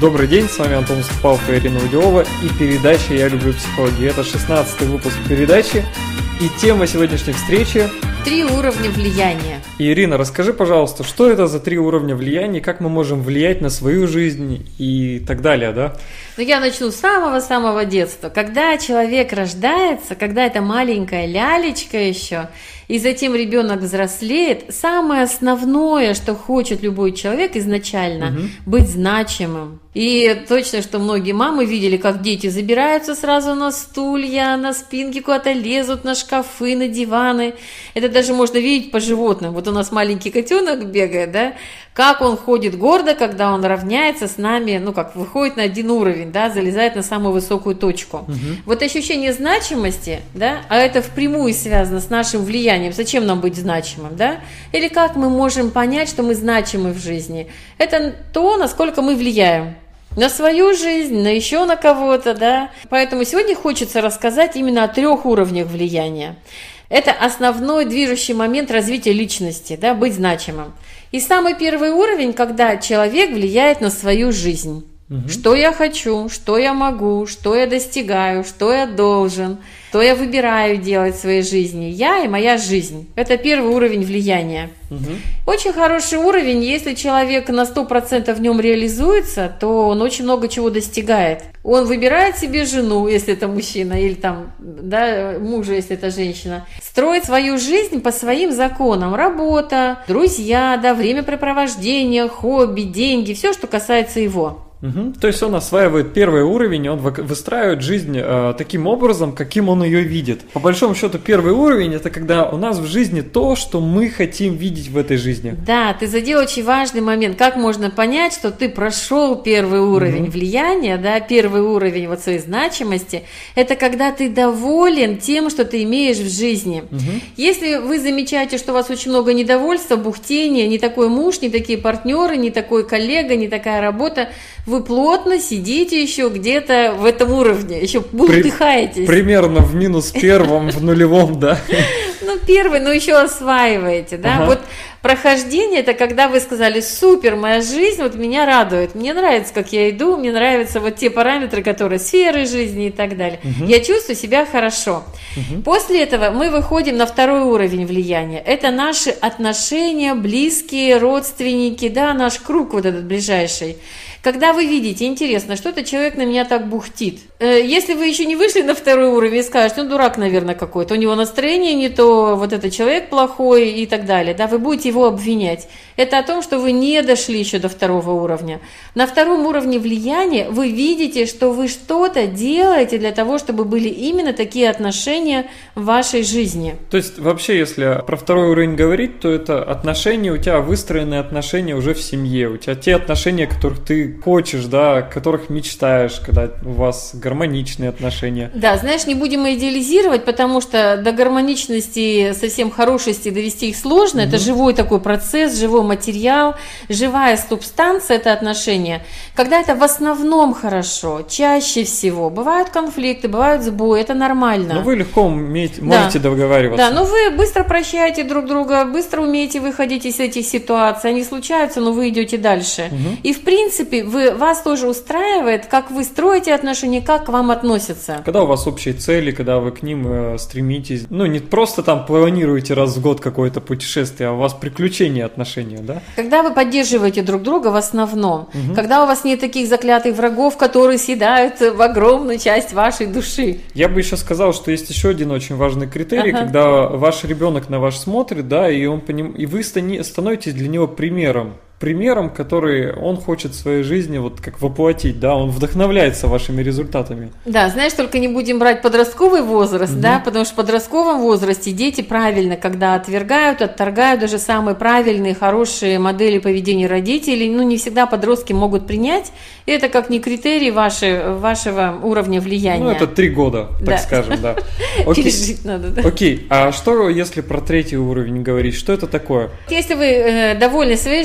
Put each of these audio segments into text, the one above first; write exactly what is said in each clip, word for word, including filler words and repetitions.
Добрый день, с вами Антон Уступалов и Ирина Удилова и передача «Я люблю психологию». Это шестнадцатый выпуск передачи и тема сегодняшней встречи Три уровня влияния. И, Ирина, расскажи, пожалуйста, что это за три уровня влияния, как мы можем влиять на свою жизнь и так далее, да? Ну, я начну с самого-самого детства. Когда человек рождается, когда это маленькая лялечка еще, и затем ребенок взрослеет, самое основное, что хочет любой человек изначально, угу. быть значимым. И точно, что многие мамы видели, как дети забираются сразу на стулья, на спинки куда-то лезут, на шкафы, на диваны. Это даже можно видеть по животным. Вот у нас маленький котенок бегает, да, как он ходит гордо, когда он равняется с нами, ну как, выходит на один уровень, да, залезает на самую высокую точку. Угу. Вот ощущение значимости, да, а это впрямую связано с нашим влиянием. Зачем нам быть значимым, да? Или как мы можем понять, что мы значимы в жизни? Это то, насколько мы влияем на свою жизнь, на еще на кого-то, да. Поэтому сегодня хочется рассказать именно о трех уровнях влияния. Это основной движущий момент развития личности, да, быть значимым. И самый первый уровень, когда человек влияет на свою жизнь. Угу. Что я хочу, что я могу, что я достигаю, что я должен, что я выбираю делать в своей жизни. Я и моя жизнь. Это первый уровень влияния. Угу. Очень хороший уровень, если человек на сто процентов в нем реализуется, то он очень много чего достигает. Он выбирает себе жену, если это мужчина, или там, да, мужа, если это женщина. Строит свою жизнь по своим законам. Работа, друзья, да, времяпрепровождение, хобби, деньги, все, что касается его. Угу. То есть он осваивает первый уровень, он выстраивает жизнь э, таким образом, каким он ее видит. По большому счету, первый уровень – это когда у нас в жизни то, что мы хотим видеть в этой жизни. Да, ты задел очень важный момент. Как можно понять, что ты прошел первый уровень угу. влияния, да, первый уровень вот своей значимости – это когда ты доволен тем, что ты имеешь в жизни. Угу. Если вы замечаете, что у вас очень много недовольства, бухтения, не такой муж, не такие партнеры, не такой коллега, не такая работа – вы плотно сидите еще где-то в этом уровне, еще бултыхаетесь. Примерно в минус первом, в нулевом, да. Ну, первый, но еще осваиваете, да. Ага. Вот прохождение – это когда вы сказали: супер, моя жизнь вот меня радует, мне нравится, как я иду, мне нравятся вот те параметры, которые сферы жизни и так далее. Угу. Я чувствую себя хорошо. Угу. После этого мы выходим на второй уровень влияния. Это наши отношения, близкие, родственники, да, наш круг вот этот ближайший. Когда вы видите, интересно, что-то человек на меня так бухтит. Если вы еще не вышли на второй уровень и скажете: ну, дурак, наверное, какой-то, у него настроение не то, вот этот человек плохой и так далее, да, вы будете его обвинять. Это о том, что вы не дошли еще до второго уровня. На втором уровне влияния вы видите, что вы что-то делаете для того, чтобы были именно такие отношения в вашей жизни. То есть вообще, если про второй уровень говорить, то это отношения, у тебя выстроенные отношения уже в семье, у тебя те отношения, которых ты хочешь, да, о которых мечтаешь, когда у вас гармоничные отношения. Да, знаешь, не будем идеализировать, потому что до гармоничности, совсем хорошести довести их сложно. Mm-hmm. Это живой такой процесс, живой материал, живая субстанция – это отношения. Когда это в основном хорошо, чаще всего, бывают конфликты, бывают сбои, это нормально. Но вы легко умеете, можете да. договариваться. Да, но вы быстро прощаете друг друга, быстро умеете выходить из этих ситуаций, они случаются, но вы идете дальше. Mm-hmm. И в принципе вы, вас тоже устраивает, как вы строите отношения, как к вам относятся. Когда у вас общие цели, когда вы к ним э, стремитесь, ну не просто там планируете раз в год какое-то путешествие, а у вас приключения отношения, да? Когда вы поддерживаете друг друга в основном, угу. когда у вас нет таких заклятых врагов, которые съедают в огромную часть вашей души. Я бы еще сказал, что есть еще один очень важный критерий, ага. когда ваш ребенок на вас смотрит, да, и он по ним, и вы становитесь для него примером. примером, который он хочет в своей жизни вот как воплотить, да, он вдохновляется вашими результатами. Да, знаешь, только не будем брать подростковый возраст, угу. да, потому что в подростковом возрасте дети правильно, когда отвергают, отторгают даже самые правильные, хорошие модели поведения родителей, ну, не всегда подростки могут принять, и это как не критерий ваши, вашего уровня влияния. Ну, это три года, так да. скажем, да. Окей. Пережить надо, да. Окей, а что, если про третий уровень говорить, что это такое? Если вы э, довольны своей жизнью,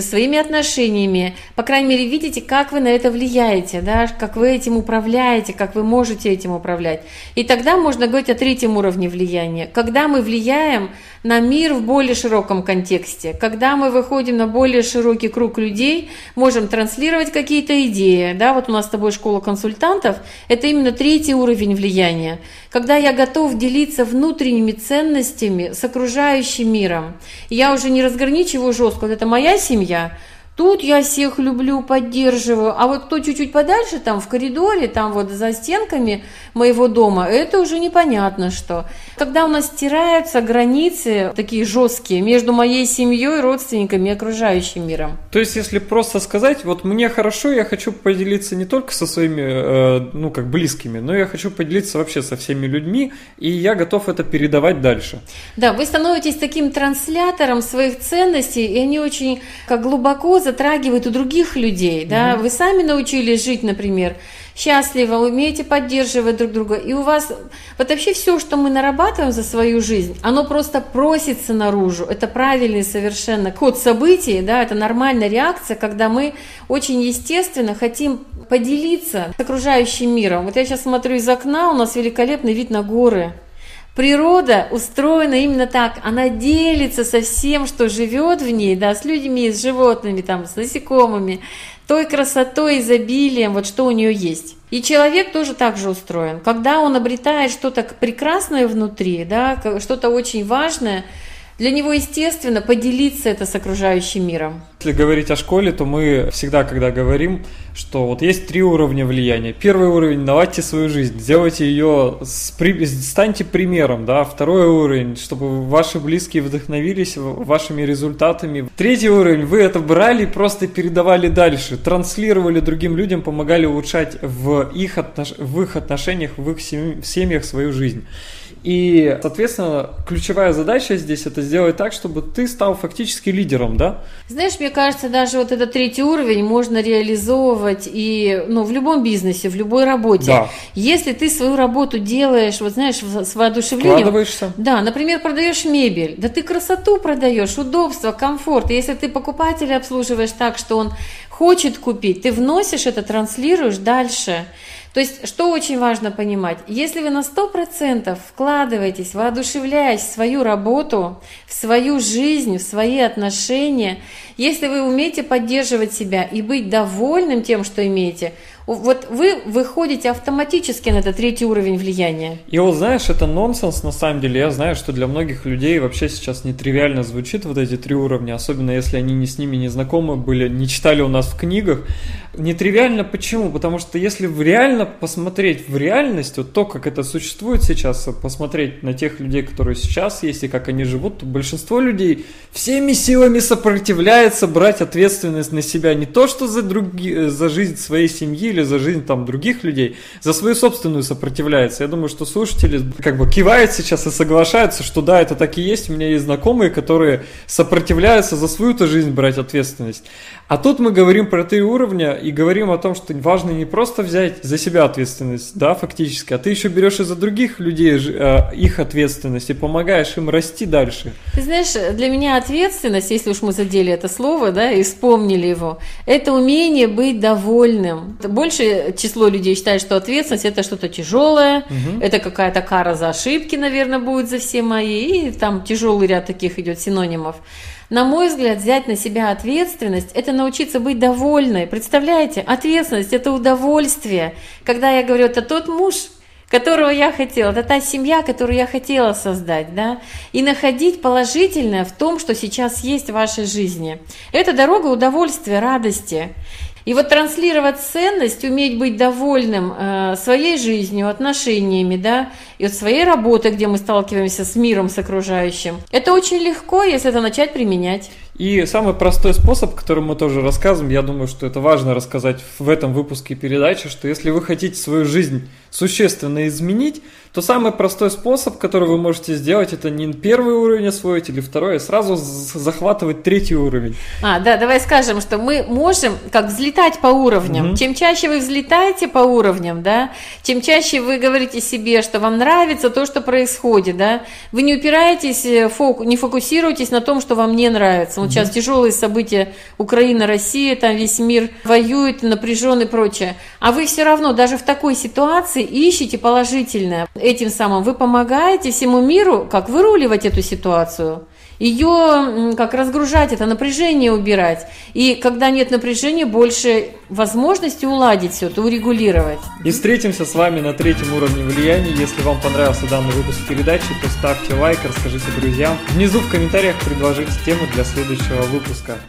своими отношениями, по крайней мере, видите, как вы на это влияете, да, как вы этим управляете, как вы можете этим управлять. И тогда можно говорить о третьем уровне влияния, когда мы влияем на мир в более широком контексте, когда мы выходим на более широкий круг людей, можем транслировать какие-то идеи, да, вот у нас с тобой школа консультантов, это именно третий уровень влияния, когда я готов делиться внутренними ценностями с окружающим миром. Я уже не разграничиваю жестко, вот это моя семья, тут я всех люблю, поддерживаю, а вот кто чуть-чуть подальше, там в коридоре, там вот за стенками моего дома, это уже непонятно что. Когда у нас стираются границы такие жесткие между моей семьей, родственниками и окружающим миром. То есть, если просто сказать, вот мне хорошо, я хочу поделиться не только со своими, э, ну, как близкими, но я хочу поделиться вообще со всеми людьми, и я готов это передавать дальше. Да, вы становитесь таким транслятором своих ценностей, и они очень как глубоко затрагивает у других людей, да, угу. Вы сами научились жить, например, счастливо, умеете поддерживать друг друга, и у вас вот вообще все, что мы нарабатываем за свою жизнь, оно просто просится наружу, это правильный совершенно ход событий, да, это нормальная реакция, когда мы очень естественно хотим поделиться с окружающим миром. Вот я сейчас смотрю из окна, у нас великолепный вид на горы. Природа устроена именно так, она делится со всем, что живет в ней, да, с людьми, с животными, там, с насекомыми, той красотой, изобилием, вот что у нее есть. И человек тоже так же устроен. Когда он обретает что-то прекрасное внутри, да, что-то очень важное, для него, естественно, поделиться это с окружающим миром. Если говорить о школе, то мы всегда, когда говорим, что вот есть три уровня влияния. Первый уровень – наладьте свою жизнь, сделайте ее, станьте примером. Да? Второй уровень – чтобы ваши близкие вдохновились вашими результатами. Третий уровень – вы это брали и просто передавали дальше, транслировали другим людям, помогали улучшать в их, отнош... в их отношениях, в их семьях свою жизнь. И, соответственно, ключевая задача здесь – это сделать так, чтобы ты стал фактически лидером, да? Знаешь, мне кажется, даже вот этот третий уровень можно реализовывать и, ну, в любом бизнесе, в любой работе. Да. Если ты свою работу делаешь, вот знаешь, с воодушевлением. Вкладываешься. Да, например, продаешь мебель, да ты красоту продаешь, удобство, комфорт. И если ты покупателя обслуживаешь так, что он хочет купить, ты вносишь это, транслируешь дальше. То есть, что очень важно понимать, если вы на сто процентов вкладываетесь, воодушевляясь в свою работу, в свою жизнь, в свои отношения, если вы умеете поддерживать себя и быть довольным тем, что имеете, вот вы выходите автоматически на этот третий уровень влияния. И вот знаешь, это нонсенс на самом деле. Я знаю, что для многих людей вообще сейчас нетривиально звучит вот эти три уровня, особенно если они не с ними не знакомы были, не читали у нас в книгах. Нетривиально почему? Потому что если реально посмотреть в реальность, вот то, как это существует сейчас, посмотреть на тех людей, которые сейчас есть и как они живут, то большинство людей всеми силами сопротивляется брать ответственность на себя. Не то, что за, други, за жизнь своей семьи или за жизнь там других людей, за свою собственную сопротивляется. Я думаю, что слушатели как бы кивают сейчас и соглашаются, что да, это так и есть. У меня есть знакомые, которые сопротивляются за свою-то жизнь брать ответственность. А тут мы говорим про три уровня и говорим о том, что важно не просто взять за себя ответственность, да, фактически, а ты еще берешь и за других людей э, их ответственность и помогаешь им расти дальше. Ты знаешь, для меня ответственность, если уж мы задели это слово, да, и вспомнили его, это умение быть довольным. Большее число людей считает, что ответственность – это что-то тяжелое, угу. Это какая-то кара за ошибки, наверное, будет за все мои, и там тяжелый ряд таких идет синонимов. На мой взгляд, взять на себя ответственность – это научиться быть довольной. Представляете, ответственность – это удовольствие. Когда я говорю, это тот муж, которого я хотела, это та семья, которую я хотела создать, да, и находить положительное в том, что сейчас есть в вашей жизни. Это дорога удовольствия, радости. И вот транслировать ценность, уметь быть довольным э, своей жизнью, отношениями, да, и вот своей работой, где мы сталкиваемся с миром, с окружающим, это очень легко, если это начать применять. И самый простой способ, который мы тоже рассказываем, я думаю, что это важно рассказать в этом выпуске передачи, что если вы хотите свою жизнь существенно изменить, то самый простой способ, который вы можете сделать, это не первый уровень освоить или второй, а сразу захватывать третий уровень. А, да, давай скажем, что мы можем как взлетать по уровням. Угу. Чем чаще вы взлетаете по уровням, да, чем чаще вы говорите себе, что вам нравится то, что происходит, да, вы не упираетесь, фоку, не фокусируетесь на том, что вам не нравится. вот сейчас тяжелые события, Украина, Россия, там весь мир воюет, напряжен и прочее. А вы все равно даже в такой ситуации ищете положительное. Этим самым вы помогаете всему миру, как выруливать эту ситуацию, ее как разгружать, это напряжение убирать. И когда нет напряжения, больше возможности уладить все это, урегулировать. И встретимся с вами на третьем уровне влияния. Если вам понравился данный выпуск передачи, то ставьте лайк, расскажите друзьям. Внизу в комментариях предложите тему для следующего выпуска.